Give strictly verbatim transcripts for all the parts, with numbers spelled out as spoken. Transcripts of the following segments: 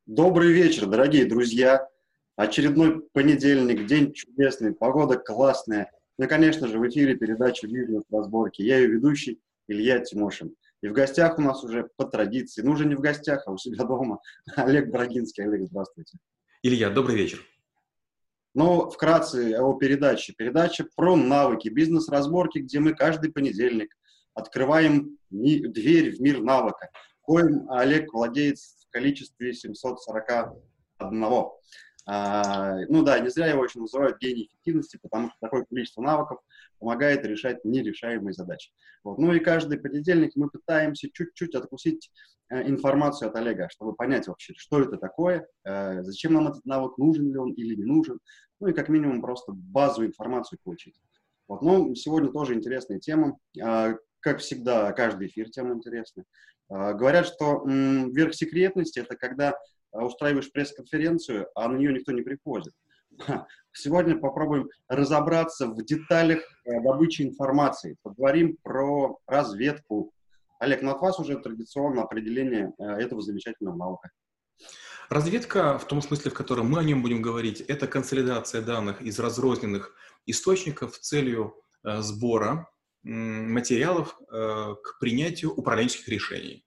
Добрый вечер, дорогие друзья. Очередной понедельник, день чудесный, погода классная. Ну и, конечно же, в эфире передача «Бизнес-разборки». Я ее ведущий Илья Тимошин. И в гостях у нас уже по традиции, ну уже не в гостях, а у себя дома, Олег Брагинский. Олег, здравствуйте. Илья, добрый вечер. Ну, вкратце о передаче. Передача про навыки, бизнес-разборки, где мы каждый понедельник открываем ми- дверь в мир навыка, коим Олег владеет в количестве семьсот сорок один. А, ну да, не зря его очень называют гений эффективности, потому что такое количество навыков помогает решать нерешаемые задачи. Вот. Ну и каждый понедельник мы пытаемся чуть-чуть откусить э, информацию от Олега, чтобы понять вообще, что это такое, э, зачем нам этот навык, нужен ли он или не нужен, ну и как минимум просто базовую информацию получить. Вот. Ну, сегодня тоже интересная тема. Э, как всегда, каждый эфир тема интересная. Э, говорят, что м, верх секретности — это когда устраиваешь пресс-конференцию, а на нее никто не приходит. Сегодня попробуем разобраться в деталях добычи информации. Поговорим про разведку. Олег, ну от вас уже традиционно определение этого замечательного навыка. Разведка, в том смысле, в котором мы о нем будем говорить, это консолидация данных из разрозненных источников с целью э, сбора м, материалов э, к принятию управленческих решений.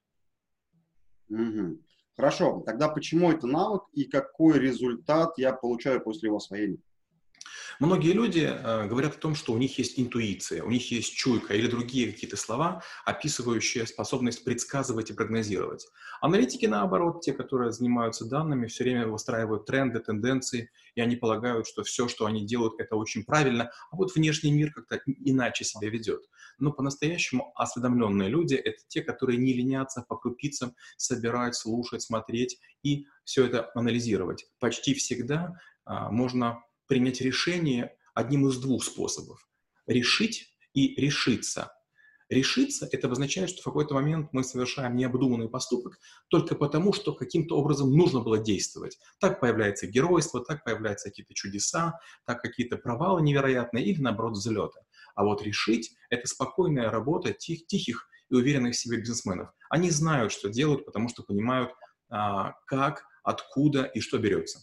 Угу. Хорошо, тогда почему это навык и какой результат я получаю после его освоения? Многие люди э, говорят о том, что у них есть интуиция, у них есть чуйка или другие какие-то слова, описывающие способность предсказывать и прогнозировать. Аналитики, наоборот, те, которые занимаются данными, все время выстраивают тренды, тенденции, и они полагают, что все, что они делают, это очень правильно, а вот внешний мир как-то иначе себя ведет. Но по-настоящему осведомленные люди — это те, которые не ленятся по крупицам собирать, слушать, смотреть и все это анализировать. Почти всегда а, можно принять решение одним из двух способов. Решить и решиться. Решиться — это означает, что в какой-то момент мы совершаем необдуманный поступок только потому, что каким-то образом нужно было действовать. Так появляется геройство, так появляются какие-то чудеса, так какие-то провалы невероятные или, наоборот, взлеты. А вот решить — это спокойная работа тих, тихих и уверенных в себе бизнесменов. Они знают, что делают, потому что понимают, а, как, откуда и что берется.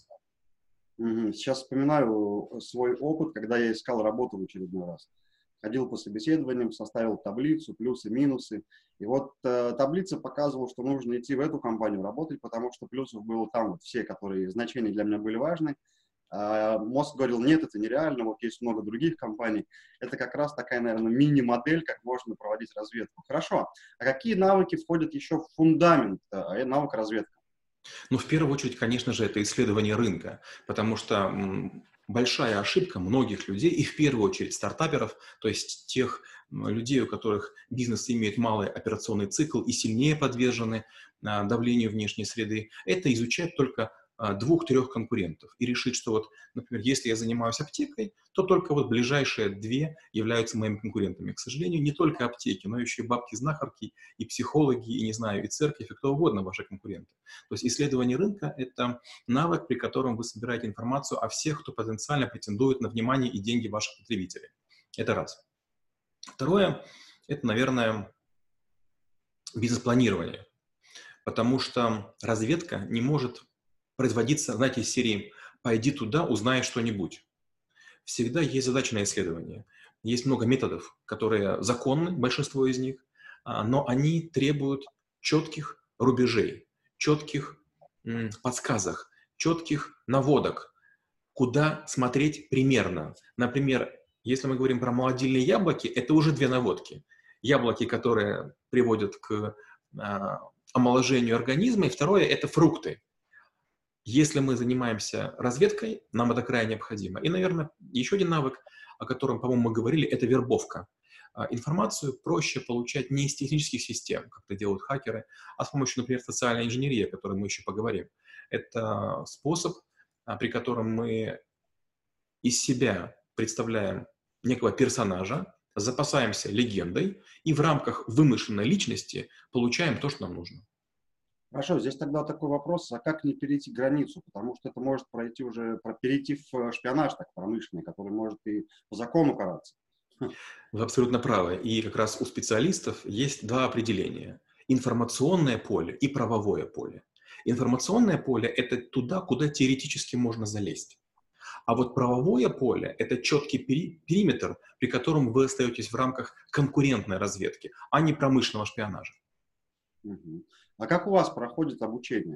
Сейчас вспоминаю свой опыт, когда я искал работу в очередной раз. Ходил по собеседованиям, составил таблицу, плюсы, минусы. И вот э, таблица показывала, что нужно идти в эту компанию работать, потому что плюсов было там вот все, которые значения для меня были важны. А мозг говорил, нет, это нереально, вот есть много других компаний. Это как раз такая, наверное, мини-модель, как можно проводить разведку. Хорошо. А какие навыки входят еще в фундамент э, навыка разведки? Ну, в первую очередь, конечно же, это исследование рынка, потому что м, большая ошибка многих людей, и в первую очередь стартаперов, то есть тех м, людей, у которых бизнес имеет малый операционный цикл и сильнее подвержены а, давлению внешней среды, это изучать только а, двух-трех конкурентов и решить, что вот, например, если я занимаюсь аптекой, то только вот ближайшие две являются моими конкурентами. К сожалению, не только аптеки, но еще и бабки-знахарки, и психологи, и, не знаю, и церковь, и кто угодно ваши конкуренты. То есть исследование рынка — это навык, при котором вы собираете информацию о всех, кто потенциально претендует на внимание и деньги ваших потребителей. Это раз. Второе — это, наверное, бизнес-планирование, потому что разведка не может производиться, знаете, из серии «пойди туда, узнай что-нибудь». Всегда есть задача на исследование. Есть много методов, которые законны, большинство из них, а, но они требуют четких рубежей, четких м, подсказок, четких наводок, куда смотреть примерно. Например, если мы говорим про молодильные яблоки, это уже две наводки. Яблоки, которые приводят к а, омоложению организма, и второе — это фрукты. Если мы занимаемся разведкой, нам это крайне необходимо. И, наверное, еще один навык, о котором, по-моему, мы говорили, это вербовка. А, Информацию проще получать не из технических систем, как это делают хакеры, а с помощью, например, социальной инженерии, о которой мы еще поговорим. Это способ, а, при котором мы из себя представляем некого персонажа, запасаемся легендой и в рамках вымышленной личности получаем то, что нам нужно. Хорошо, здесь тогда такой вопрос, а как не перейти границу? Потому что это может пройти уже, перейти в шпионаж так промышленный, который может и по закону караться. Вы абсолютно правы. И как раз у специалистов есть два определения: информационное поле и правовое поле. Информационное поле — это туда, куда теоретически можно залезть. А вот правовое поле — это четкий пери- периметр, при котором вы остаетесь в рамках конкурентной разведки, а не промышленного шпионажа. Мгм. А как у вас проходит обучение?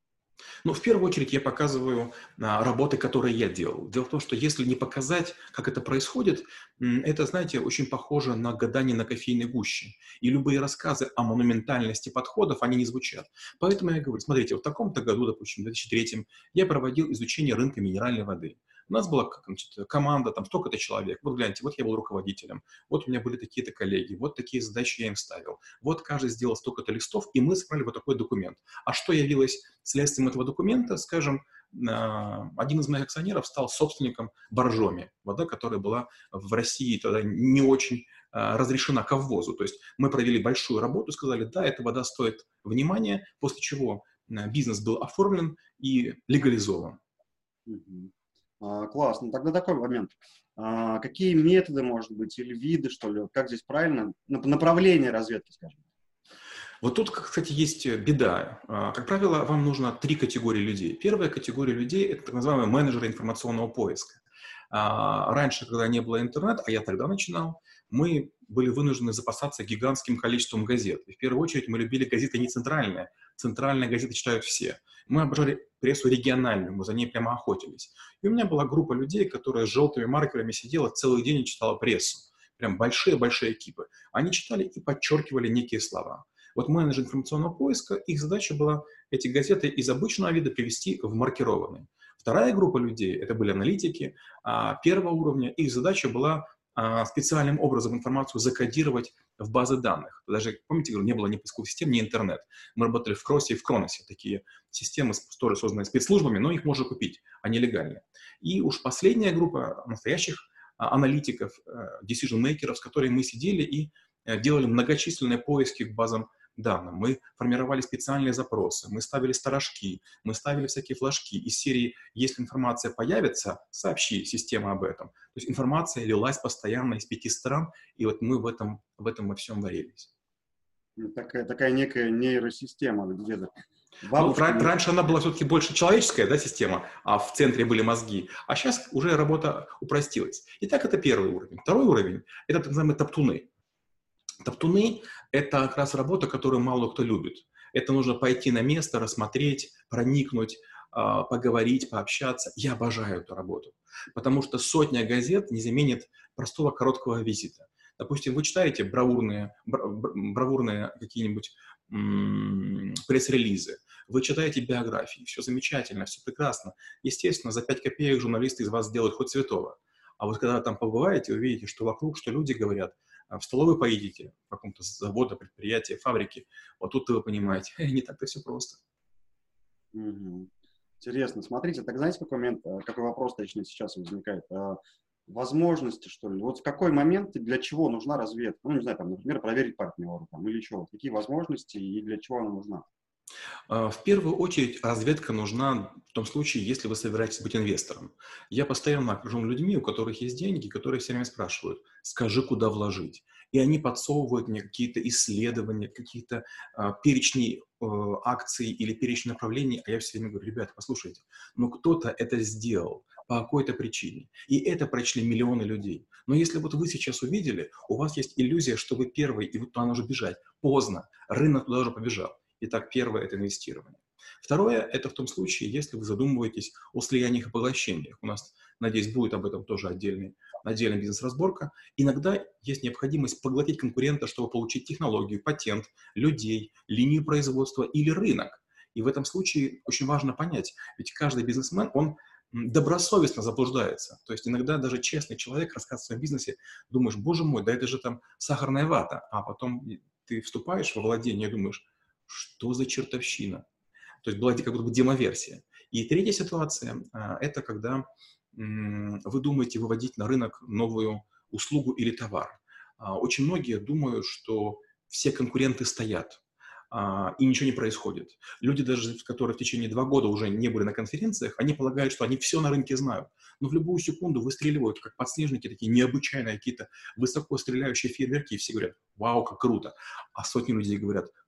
Но в первую очередь я показываю а, работы, которые я делал. Дело в том, что если не показать, как это происходит, м, это, знаете, очень похоже на гадание на кофейной гуще. И любые рассказы о монументальности подходов, они не звучат. Поэтому я говорю, смотрите, вот в таком-то году, допустим, в две тысячи третьем, я проводил изучение рынка минеральной воды. У нас была как, значит, команда, там столько-то человек. Вот гляньте, вот я был руководителем, вот у меня были такие-то коллеги, вот такие задачи я им ставил. Вот каждый сделал столько-то листов, и мы собрали вот такой документ. А что явилось следствием этого документа? Скажем, а, один из моих акционеров стал собственником Боржоми, вода, которая была в России тогда не очень а, разрешена к ввозу. То есть мы провели большую работу, сказали, да, эта вода стоит внимания, после чего а, бизнес был оформлен и легализован. Мгм. А, классно. Тогда такой момент. А, какие методы, может быть, или виды, что ли, вот как здесь правильно? Нап- Направление разведки, скажем. Вот тут, кстати, есть беда. А, Как правило, вам нужно три категории людей. Первая категория людей — это так называемые менеджеры информационного поиска. А, Раньше, когда не было интернета, а я тогда начинал, мы были вынуждены запасаться гигантским количеством газет. И в первую очередь мы любили газеты не центральные. Центральные газеты читают все. Мы обожали прессу региональную, мы за ней прямо охотились. И у меня была группа людей, которая с желтыми маркерами сидела целый день и читала прессу. Прям большие-большие экипы. Они читали и подчеркивали некие слова. Вот менеджер информационного поиска, их задача была эти газеты из обычного вида привести в маркированные. Вторая группа людей, это были аналитики а, первого уровня, их задача была а, специальным образом информацию закодировать в базы данных. Даже, помните, говорю, не было ни поисковых систем, ни интернет. Мы работали в Кросе и в Кроносе, такие системы, тоже созданные спецслужбами, но их можно купить, они легальные. И уж последняя группа настоящих а, аналитиков, decision-makers, с которыми мы сидели и э, делали многочисленные поиски к базам данным. Мы формировали специальные запросы, мы ставили сторожки, мы ставили всякие флажки из серии «Если информация появится, сообщи система об этом». То есть информация лилась постоянно из пяти стран, и вот мы в этом, в этом во всем варились. Ну, Такая, такая некая нейросистема где-то. Ну, Бабушка. ра- раньше она была все-таки больше человеческая, да, система, а в центре были мозги. А сейчас уже работа упростилась. Итак, это первый уровень. Второй уровень — это так называемые топтуны. Топтуны — это как раз работа, которую мало кто любит. Это нужно пойти на место, рассмотреть, проникнуть, а, поговорить, пообщаться. Я обожаю эту работу, потому что сотня газет не заменит простого короткого визита. Допустим, вы читаете бравурные, бра- бра- бравурные какие-нибудь м, пресс-релизы, вы читаете биографии, все замечательно, все прекрасно. Естественно, за пять копеек журналисты из вас сделают хоть святого. А вот когда там побываете, увидите, что вокруг, что люди говорят, а в столовой поедете, в каком-то заводе, предприятии, фабрике, вот тут вы понимаете, не так-то все просто. Мгм. Интересно. Смотрите, так знаете, какой момент, а, какой вопрос, точнее, сейчас возникает? А, Возможности, что ли? Вот в какой момент и для чего нужна разведка? Ну, не знаю, там, например, проверить партнера там, или чего. Какие возможности и для чего она нужна? А, В первую очередь разведка нужна в том случае, если вы собираетесь быть инвестором. Я постоянно окружен людьми, у которых есть деньги, которые все время спрашивают: скажи, куда вложить. И они подсовывают мне какие-то исследования, какие-то а, перечни э, акций или перечни направлений, а я все время говорю: ребята, послушайте, но кто-то это сделал по какой-то причине, и это прочли миллионы людей. Но если вот вы сейчас увидели, у вас есть иллюзия, что вы первый, и вот туда нужно бежать. Поздно, рынок туда уже побежал. Итак, первое — это инвестирование. Второе — это в том случае, если вы задумываетесь о слияниях и поглощениях. У нас, надеюсь, будет об этом тоже отдельный, отдельная бизнес-разборка. Иногда есть необходимость поглотить конкурента, чтобы получить технологию, патент, людей, линию производства или рынок. И в этом случае очень важно понять, ведь каждый бизнесмен, он м, добросовестно заблуждается. То есть иногда даже честный человек, рассказывая о своем бизнесе, думаешь: боже мой, да это же там сахарная вата. А потом ты вступаешь во владение и думаешь: что за чертовщина? То есть была как будто бы демоверсия. И третья ситуация а, — это когда м, вы думаете выводить на рынок новую услугу или товар. А, Очень многие думают, что все конкуренты стоят, а, и ничего не происходит. Люди, даже которые в течение два года уже не были на конференциях, они полагают, что они все на рынке знают. Но в любую секунду выстреливают, как подснежники, такие необычайные какие-то высоко стреляющие фейерверки, и все говорят: вау, как круто. А сотни людей говорят: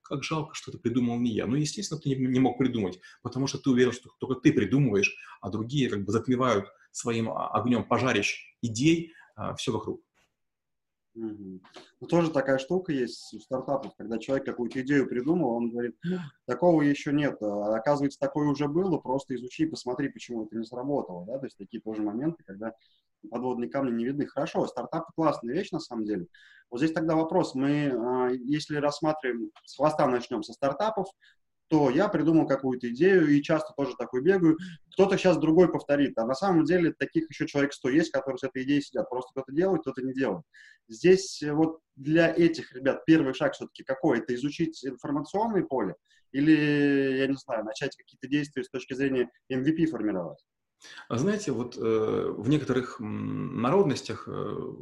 как жалко, что это придумал не я. Ну, естественно, ты не, не мог придумать, потому что ты уверен, что только ты придумываешь, а другие как бы затмевают своим а, огнем пожарищ идей а, все вокруг. Мгм. Ну, тоже такая штука есть у стартапов, когда человек какую-то идею придумал, он говорит, такого еще нет, а оказывается, такое уже было, просто изучи, посмотри, почему это не сработало, да, то есть такие тоже моменты, когда подводные камни не видны. Хорошо, стартапы классная вещь на самом деле. Вот здесь тогда вопрос, мы, а, если рассматриваем, с хвоста начнем со стартапов, то я придумал какую-то идею и часто тоже такой бегаю. Кто-то сейчас другой повторит, а на самом деле таких еще человек сто есть, которые с этой идеей сидят. Просто кто-то делает, кто-то не делает. Здесь э, вот для этих ребят первый шаг все-таки какой? Это изучить информационное поле или, я не знаю, начать какие-то действия с точки зрения эм ви пи формировать? А знаете, вот э, в некоторых м, народностях, э,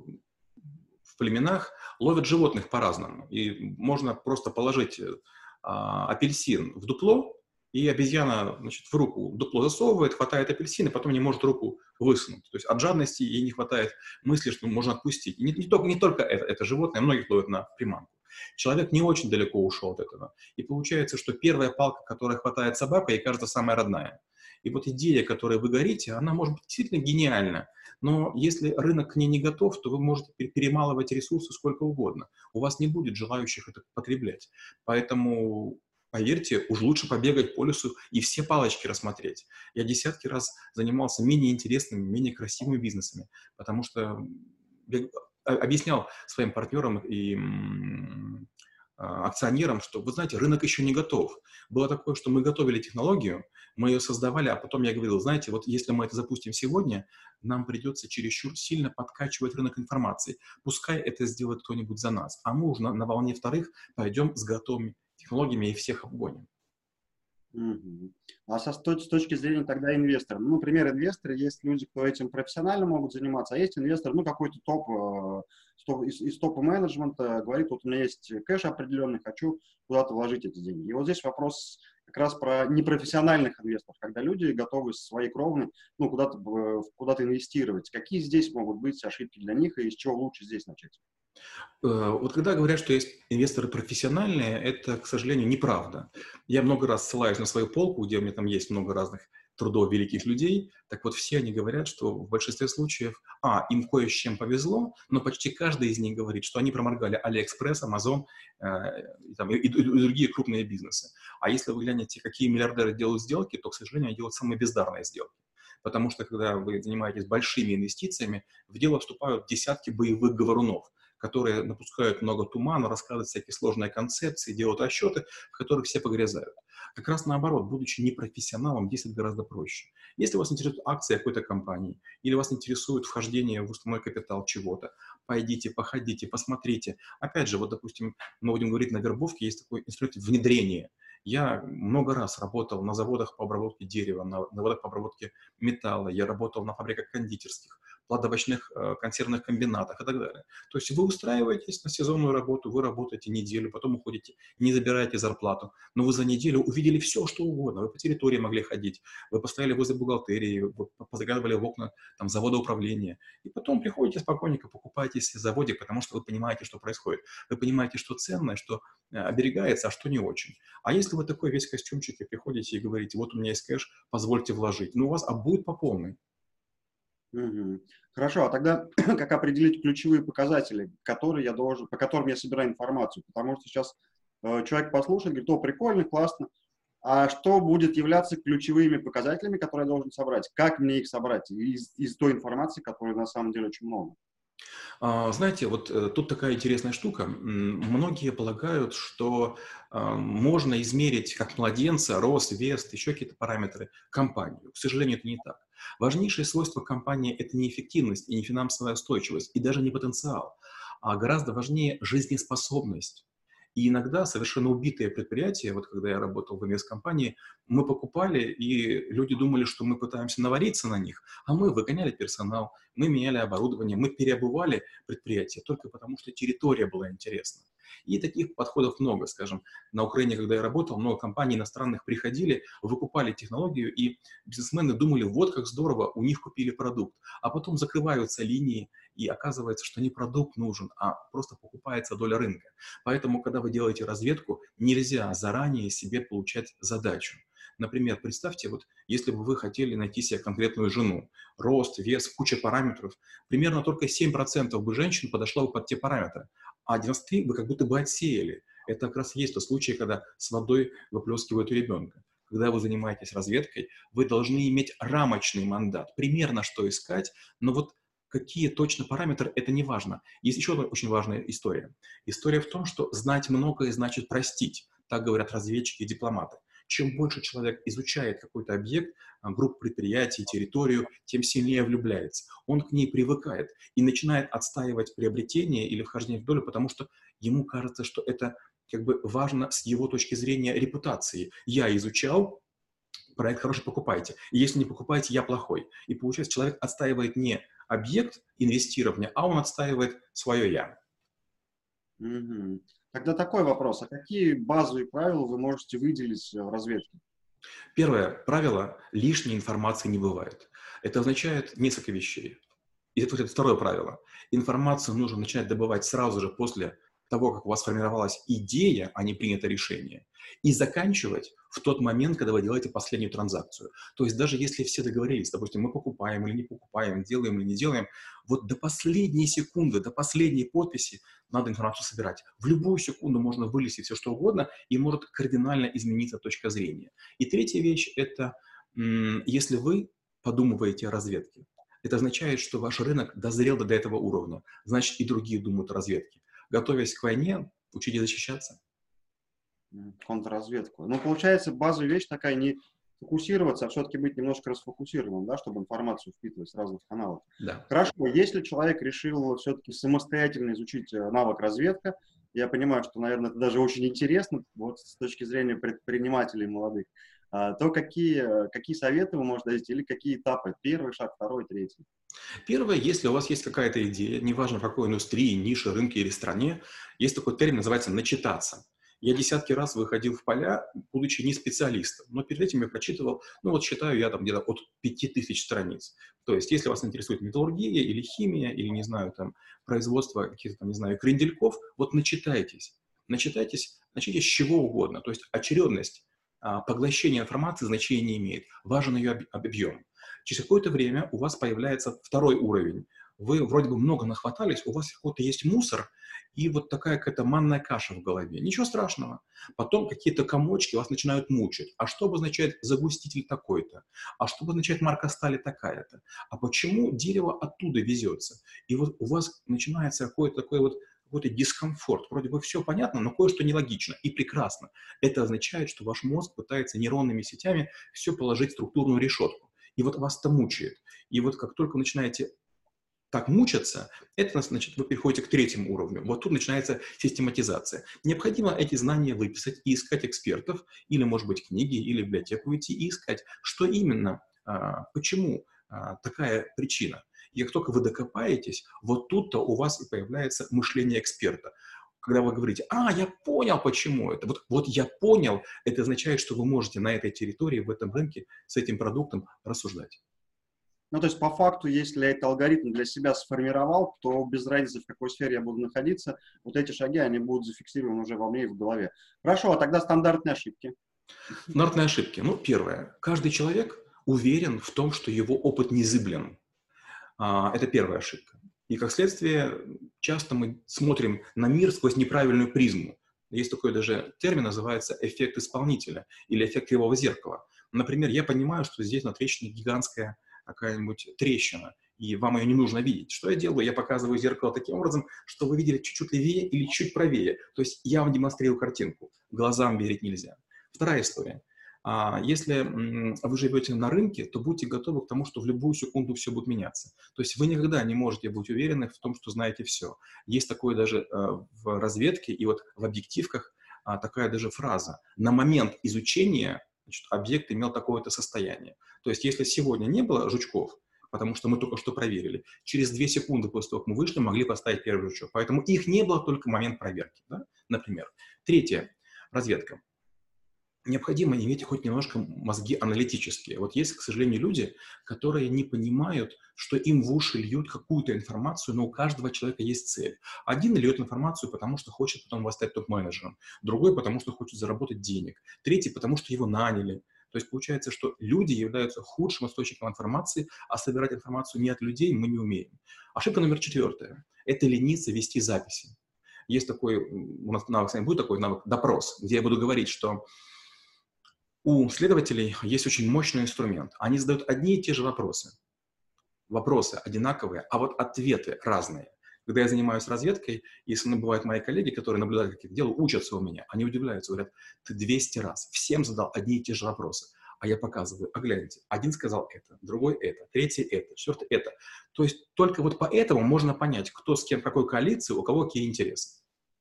в племенах ловят животных по-разному. И можно просто положить э, а, апельсин в дупло, и обезьяна, значит, в руку дупло засовывает, хватает апельсин, и потом не может руку высунуть. То есть от жадности ей не хватает мысли, что можно отпустить. И не, не только, не только это, это животное, многих ловят на приманку. Человек не очень далеко ушел от этого. И получается, что первая палка, которая хватает собаку, ей кажется самая родная. И вот идея, которой вы горите, она может быть действительно гениальна. Но если рынок к ней не готов, то вы можете перемалывать ресурсы сколько угодно. У вас не будет желающих это потреблять. Поэтому, поверьте, уж лучше побегать по лесу и все палочки рассмотреть. Я десятки раз занимался менее интересными, менее красивыми бизнесами, потому что я объяснял своим партнерам и акционерам, что, вы знаете, рынок еще не готов. Было такое, что мы готовили технологию, мы ее создавали, а потом я говорил, знаете, вот если мы это запустим сегодня, нам придется чересчур сильно подкачивать рынок информации. Пускай это сделает кто-нибудь за нас, а мы уже на, на волне вторых пойдем с готовыми технологиями и всех обгоним. Мгм. А со, с точ- с точки зрения тогда инвестора, ну, например, инвесторы, есть люди, кто этим профессионально могут заниматься, а есть инвестор, ну, какой-то топ, э, стоп- из, из топа менеджмента, говорит, вот у меня есть кэш определенный, хочу куда-то вложить эти деньги. И вот здесь вопрос как раз про непрофессиональных инвесторов, когда люди готовы свои кровны, ну, куда-то, э, куда-то инвестировать. Какие здесь могут быть ошибки для них и с чего лучше здесь начать? Э, Вот когда говорят, что есть инвесторы профессиональные, это, к сожалению, неправда. Я много раз ссылаюсь на свою полку, где у меня там есть много разных трудов великих людей. Так вот, все они говорят, что в большинстве случаев, а, им кое с чем повезло, но почти каждый из них говорит, что они проморгали Алиэкспресс, Амазон э, и, там, и, и другие крупные бизнесы. А если вы глянете, какие миллиардеры делают сделки, то, к сожалению, они делают самые бездарные сделки. Потому что, когда вы занимаетесь большими инвестициями, в дело вступают десятки боевых говорунов, которые напускают много тумана, рассказывают всякие сложные концепции, делают расчеты, в которых все погрязают. Как раз наоборот, будучи непрофессионалом, действовать гораздо проще. Если вас интересует акция какой-то компании, или вас интересует вхождение в уставной капитал чего-то, пойдите, походите, посмотрите. Опять же, вот, допустим, мы будем говорить на вербовке, есть такой инструмент внедрения. Я много раз работал на заводах по обработке дерева, на заводах по обработке металла, я работал на фабриках кондитерских, плодовочных э, консервных комбинатах и так далее. То есть вы устраиваетесь на сезонную работу, вы работаете неделю, потом уходите, не забираете зарплату, но вы за неделю увидели все, что угодно. Вы по территории могли ходить, вы постояли возле бухгалтерии, вы позаглядывали в окна там, завода управления, и потом приходите спокойненько, покупаете себе заводик, потому что вы понимаете, что происходит. Вы понимаете, что ценное, что э, оберегается, а что не очень. А если вы такой весь костюмчик и приходите и говорите, вот у меня есть кэш, позвольте вложить, ну у вас а будет по полной. Мгм. Хорошо, а тогда как определить ключевые показатели, которые я должен, по которым я собираю информацию? Потому что сейчас э, человек послушает, говорит, о, прикольно, классно. А что будет являться ключевыми показателями, которые я должен собрать? Как мне их собрать из, из той информации, которой на самом деле очень много? А, Знаете, вот э, тут такая интересная штука. М, Многие полагают, что а, можно измерить как младенца, рост, вес, еще какие-то параметры компанию. К сожалению, это не так. Важнейшее свойство компании – это не эффективность и не финансовая устойчивость, и даже не потенциал, а гораздо важнее жизнеспособность. И иногда совершенно убитые предприятия, вот когда я работал в инвесткомпании, мы покупали, и люди думали, что мы пытаемся навариться на них, а мы выгоняли персонал, мы меняли оборудование, мы переобували предприятие только потому, что территория была интересна. И таких подходов много, скажем, на Украине, когда я работал, много компаний иностранных приходили, выкупали технологию, и бизнесмены думали, вот как здорово, у них купили продукт. А потом закрываются линии, и оказывается, что не продукт нужен, а просто покупается доля рынка. Поэтому, когда вы делаете разведку, нельзя заранее себе получать задачу. Например, представьте, вот если бы вы хотели найти себе конкретную жену, рост, вес, куча параметров, примерно только семь процентов бы женщин подошло бы под те параметры, а девяносто три процента вы как будто бы отсеяли. Это как раз есть тот случай, когда с водой выплескивают у ребенка. Когда вы занимаетесь разведкой, вы должны иметь рамочный мандат, примерно что искать, но вот какие точно параметры, это не важно. Есть еще одна очень важная история. История в том, что знать многое значит простить. Так говорят разведчики и дипломаты. Чем больше человек изучает какой-то объект, группу предприятий, территорию, тем сильнее влюбляется. Он к ней привыкает и начинает отстаивать приобретение или вхождение в долю, потому что ему кажется, что это как бы важно с его точки зрения репутации. Я изучал, проект хороший, покупайте. И если не покупаете, я плохой. И получается, человек отстаивает не объект инвестирования, а он отстаивает свое «я». Угу. Тогда такой вопрос. А какие базовые правила вы можете выделить в разведке? Первое правило – лишней информации не бывает. Это означает несколько вещей. И это, это второе правило. Информацию нужно начинать добывать сразу же после того, как у вас сформировалась идея, а не принято решение, и заканчивать в тот момент, когда вы делаете последнюю транзакцию. То есть даже если все договорились, допустим, мы покупаем или не покупаем, делаем или не делаем, вот до последней секунды, до последней подписи надо информацию собирать. В любую секунду можно вылезти все что угодно, и может кардинально измениться точка зрения. И третья вещь – это м- если вы подумываете о разведке, это означает, что ваш рынок дозрел до этого уровня. Значит, и другие думают о разведке. Готовясь к войне, учитесь защищаться. Контрразведку. Ну, получается, базовая вещь такая, не фокусироваться, а все-таки быть немножко расфокусированным, да, чтобы информацию впитывать с разных каналов. Да. Хорошо, если человек решил все-таки самостоятельно изучить навык разведка, я понимаю, что, наверное, это даже очень интересно, вот с точки зрения предпринимателей молодых, то какие, какие советы вы можете дать или какие этапы? Первый шаг, второй, третий? Первое, если у вас есть какая-то идея, неважно в какой индустрии, нише, рынке или стране, есть такой термин, называется «начитаться». Я десятки раз выходил в поля, будучи не специалистом, но перед этим я прочитывал, ну вот считаю я там где-то от пяти тысяч страниц. То есть, если вас интересует металлургия или химия, или, не знаю, там, производство каких-то там, не знаю, крендельков, вот начитайтесь. Начитайтесь, начните с чего угодно. То есть, очередность, а, поглощение информации значения не имеет. Важен ее об- объем. Через какое-то время у вас появляется второй уровень. Вы вроде бы много нахватались, у вас какой-то есть мусор, и вот такая какая-то манная каша в голове. Ничего страшного. Потом какие-то комочки вас начинают мучить. А что обозначает загуститель такой-то? А что обозначает марка стали такая-то? А почему дерево оттуда везется? И вот у вас начинается какой-то такой вот какой-то дискомфорт. Вроде бы все понятно, но кое-что нелогично. И прекрасно. Это означает, что ваш мозг пытается нейронными сетями все положить в структурную решетку. И вот вас это мучает. И вот как только вы начинаете так мучаться, это значит, вы переходите к третьему уровню. Вот тут начинается систематизация. Необходимо эти знания выписать и искать экспертов, или, может быть, книги, или в библиотеку идти и искать, что именно, а, почему а, такая причина. И как только вы докопаетесь, вот тут-то у вас и появляется мышление эксперта. Когда вы говорите, а, я понял, почему это. Вот, вот я понял, это означает, что вы можете на этой территории, в этом рынке с этим продуктом рассуждать. Ну, то есть, по факту, если я этот алгоритм для себя сформировал, то без разницы, в какой сфере я буду находиться, вот эти шаги, они будут зафиксированы уже во мне и в голове. Хорошо, а тогда стандартные ошибки. Стандартные ошибки. Ну, первое. Каждый человек уверен в том, что его опыт незыблем. А, это первая ошибка. И, как следствие, часто мы смотрим на мир сквозь неправильную призму. Есть такой даже термин, называется эффект исполнителя или эффект кривого зеркала. Например, я понимаю, что здесь на трещине гигантская какая-нибудь трещина, и вам ее не нужно видеть. Что я делаю? Я показываю зеркало таким образом, что вы видели чуть-чуть левее или чуть правее. То есть я вам демонстрирую картинку. Глазам верить нельзя. Вторая история. А если м, вы живете на рынке, то будьте готовы к тому, что в любую секунду все будет меняться. То есть вы никогда не можете быть уверены в том, что знаете все. Есть такое даже э, в разведке и вот в объективках а, такая даже фраза. На момент изучения, значит, объект имел такое-то состояние. То есть если сегодня не было жучков, потому что мы только что проверили. Через две секунды после того, как мы вышли, могли поставить первый жучок. Поэтому их не было только в момент проверки, да? Например. Третье. Разведка. Необходимо иметь хоть немножко мозги аналитические. Вот есть, к сожалению, люди, которые не понимают, что им в уши льют какую-то информацию, но у каждого человека есть цель. Один льет информацию, потому что хочет потом вас стать топ-менеджером, другой, потому что хочет заработать денег, третий, потому что его наняли. То есть получается, что люди являются худшим источником информации, а собирать информацию не от людей мы не умеем. Ошибка номер четвертая – это лениться вести записи. Есть такой, у нас навык с вами будет такой навык допрос, где я буду говорить, что у следователей есть очень мощный инструмент. Они задают одни и те же вопросы. Вопросы одинаковые, а вот ответы разные. Когда я занимаюсь разведкой, если бывают мои коллеги, которые наблюдают, как я это делаю, учатся у меня, они удивляются, говорят, ты двести раз всем задал одни и те же вопросы. А я показываю, а гляньте, один сказал это, другой это, третий это, четвертый это. То есть только вот поэтому можно понять, кто с кем, в какой коалиции, у кого какие интересы.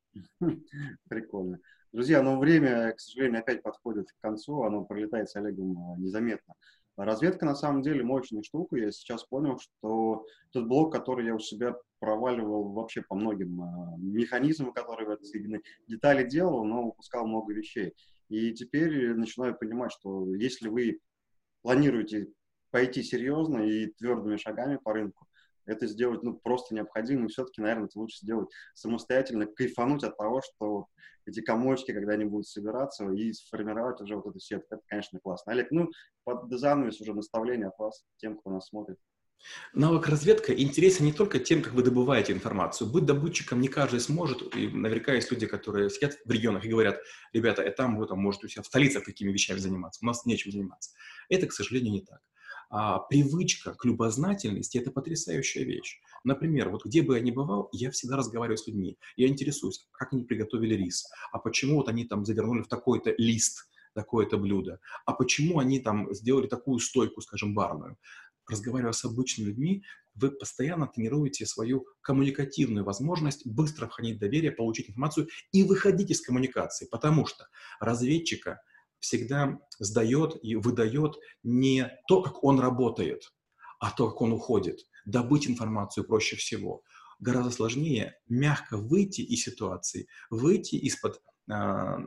Прикольно. Друзья, но время, к сожалению, опять подходит к концу, оно пролетает с Олегом незаметно. Разведка, на самом деле, мощная штука. Я сейчас понял, что тот блок, который я у себя проваливал вообще по многим механизмам, которые в этой соединены, детали делал, но упускал много вещей. И теперь начинаю понимать, что если вы планируете пойти серьезно и твердыми шагами по рынку, это сделать ну, просто необходимо, и все-таки, наверное, это лучше сделать самостоятельно, кайфануть от того, что эти комочки, когда они будут собираться, и сформировать уже вот эту сетку. Это, конечно, классно. Олег, ну, под занавес уже наставление от вас, тем, кто нас смотрит. Навык разведка интересен не только тем, как вы добываете информацию. Быть добытчиком не каждый сможет, и наверняка есть люди, которые сидят в регионах и говорят, ребята, это там вы там можете у себя в столицах такими вещами заниматься, у нас нечем заниматься. Это, к сожалению, не так. А привычка к любознательности – это потрясающая вещь. Например, вот где бы я ни бывал, я всегда разговариваю с людьми. Я интересуюсь, как они приготовили рис, а почему вот они там завернули в такой-то лист такое-то блюдо, а почему они там сделали такую стойку, скажем, барную. Разговаривая с обычными людьми, вы постоянно тренируете свою коммуникативную возможность быстро входить в доверие, получить информацию и выходить из коммуникации, потому что разведчика всегда сдает и выдает не то, как он работает, а то, как он уходит. Добыть информацию проще всего. Гораздо сложнее мягко выйти из ситуации, выйти из-под э,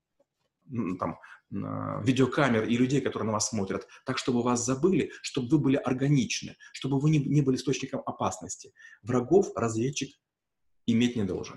там, э, видеокамер и людей, которые на вас смотрят, так, чтобы вас забыли, чтобы вы были органичны, чтобы вы не, не были источником опасности. Врагов разведчик иметь не должен.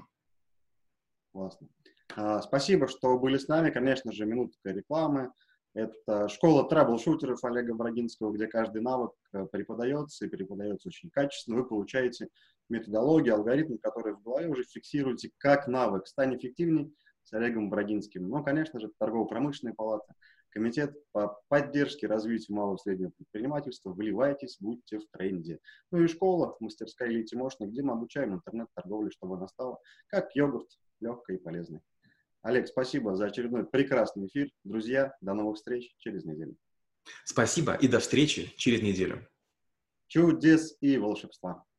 Классно. А, спасибо, что были с нами. Конечно же, минутка рекламы. Это школа трэбл-шутеров Олега Брагинского, где каждый навык преподается и преподается очень качественно. Вы получаете методологию, алгоритм, который в голове уже фиксируете как навык. Стань эффективней с Олегом Брагинским. Ну, конечно же, торгово-промышленная палата, комитет по поддержке развития малого и среднего предпринимательства. Вливайтесь, будьте в тренде. Ну и школа, мастерская Ильи Тимошина, где мы обучаем интернет-торговле, чтобы она стала как йогурт, легкой и полезной. Олег, спасибо за очередной прекрасный эфир. Друзья, до новых встреч через неделю. Спасибо и до встречи через неделю. Чудес и волшебства.